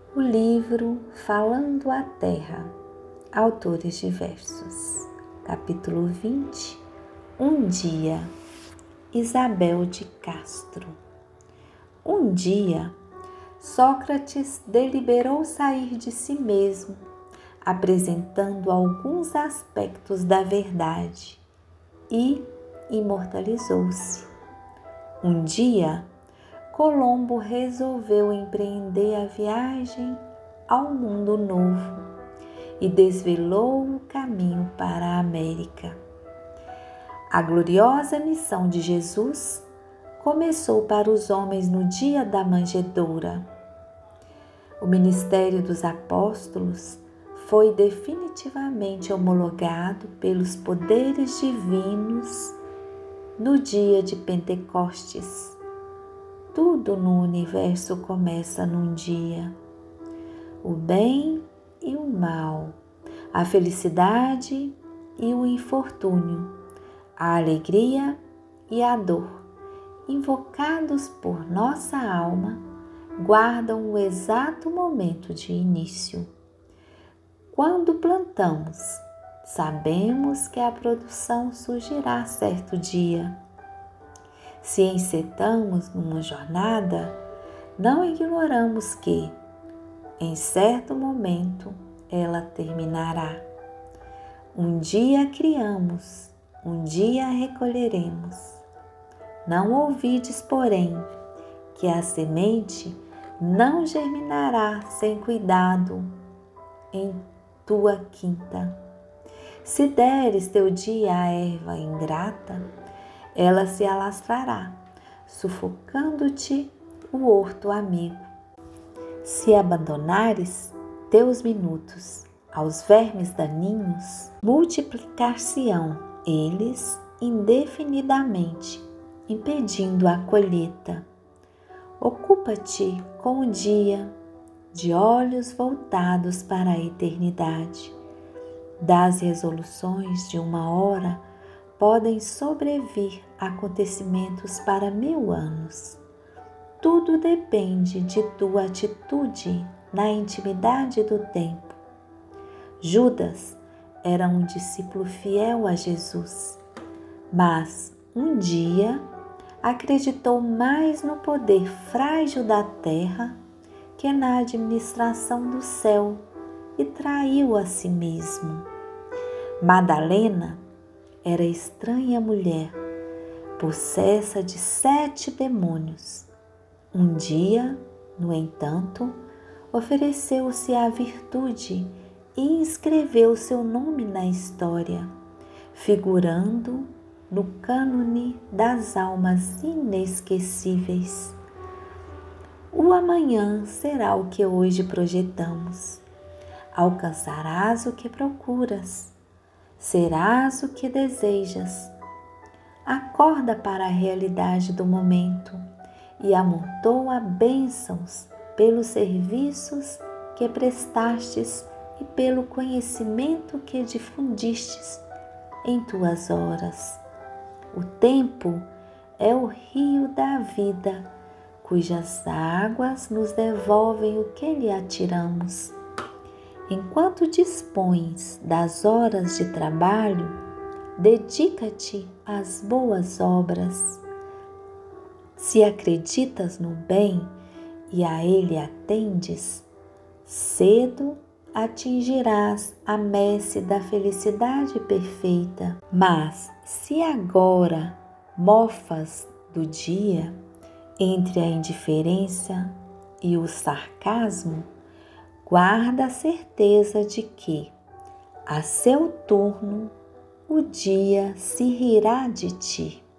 O livro Falando à Terra, autores diversos. Capítulo 20, Um dia, Isabel de Castro. Um dia, Sócrates deliberou sair de si mesmo, apresentando alguns aspectos da verdade, e imortalizou-se. Um dia, Colombo resolveu empreender a viagem ao mundo novo e desvelou o caminho para a América. A gloriosa missão de Jesus começou para os homens no dia da manjedoura. O ministério dos apóstolos foi definitivamente homologado pelos poderes divinos no dia de Pentecostes. Tudo no universo começa num dia. O bem e o mal, a felicidade e o infortúnio, a alegria e a dor, invocados por nossa alma, guardam o exato momento de início. Quando plantamos, sabemos que a produção surgirá certo dia. Se encetamos numa jornada, não ignoramos que, em certo momento, ela terminará. Um dia criamos, um dia recolheremos. Não ouvides, porém, que a semente não germinará sem cuidado em tua quinta. Se deres teu dia à erva ingrata, ela se alastrará, sufocando-te o horto amigo. Se abandonares teus minutos aos vermes daninhos, multiplicar-se-ão eles indefinidamente, impedindo a colheita. Ocupa-te com o dia, de olhos voltados para a eternidade. Das resoluções de uma hora podem sobrevir acontecimentos para 1000 anos. Tudo depende de tua atitude na intimidade do tempo. Judas era um discípulo fiel a Jesus, mas um dia acreditou mais no poder frágil da terra que na administração do céu e traiu a si mesmo. Madalena era estranha mulher, possessa de 7 demônios. Um dia, no entanto, ofereceu-se à virtude e inscreveu seu nome na história, figurando no cânone das almas inesquecíveis. O amanhã será o que hoje projetamos. Alcançarás o que procuras. Serás o que desejas. Acorda para a realidade do momento e amontoa bênçãos pelos serviços que prestastes e pelo conhecimento que difundistes em tuas horas. O tempo é o rio da vida, cujas águas nos devolvem o que lhe atiramos. Enquanto dispões das horas de trabalho, dedica-te às boas obras. Se acreditas no bem e a ele atendes, cedo atingirás a messe da felicidade perfeita. Mas se agora mofas do dia, entre a indiferença e o sarcasmo, guarda a certeza de que, a seu turno, o dia se rirá de ti.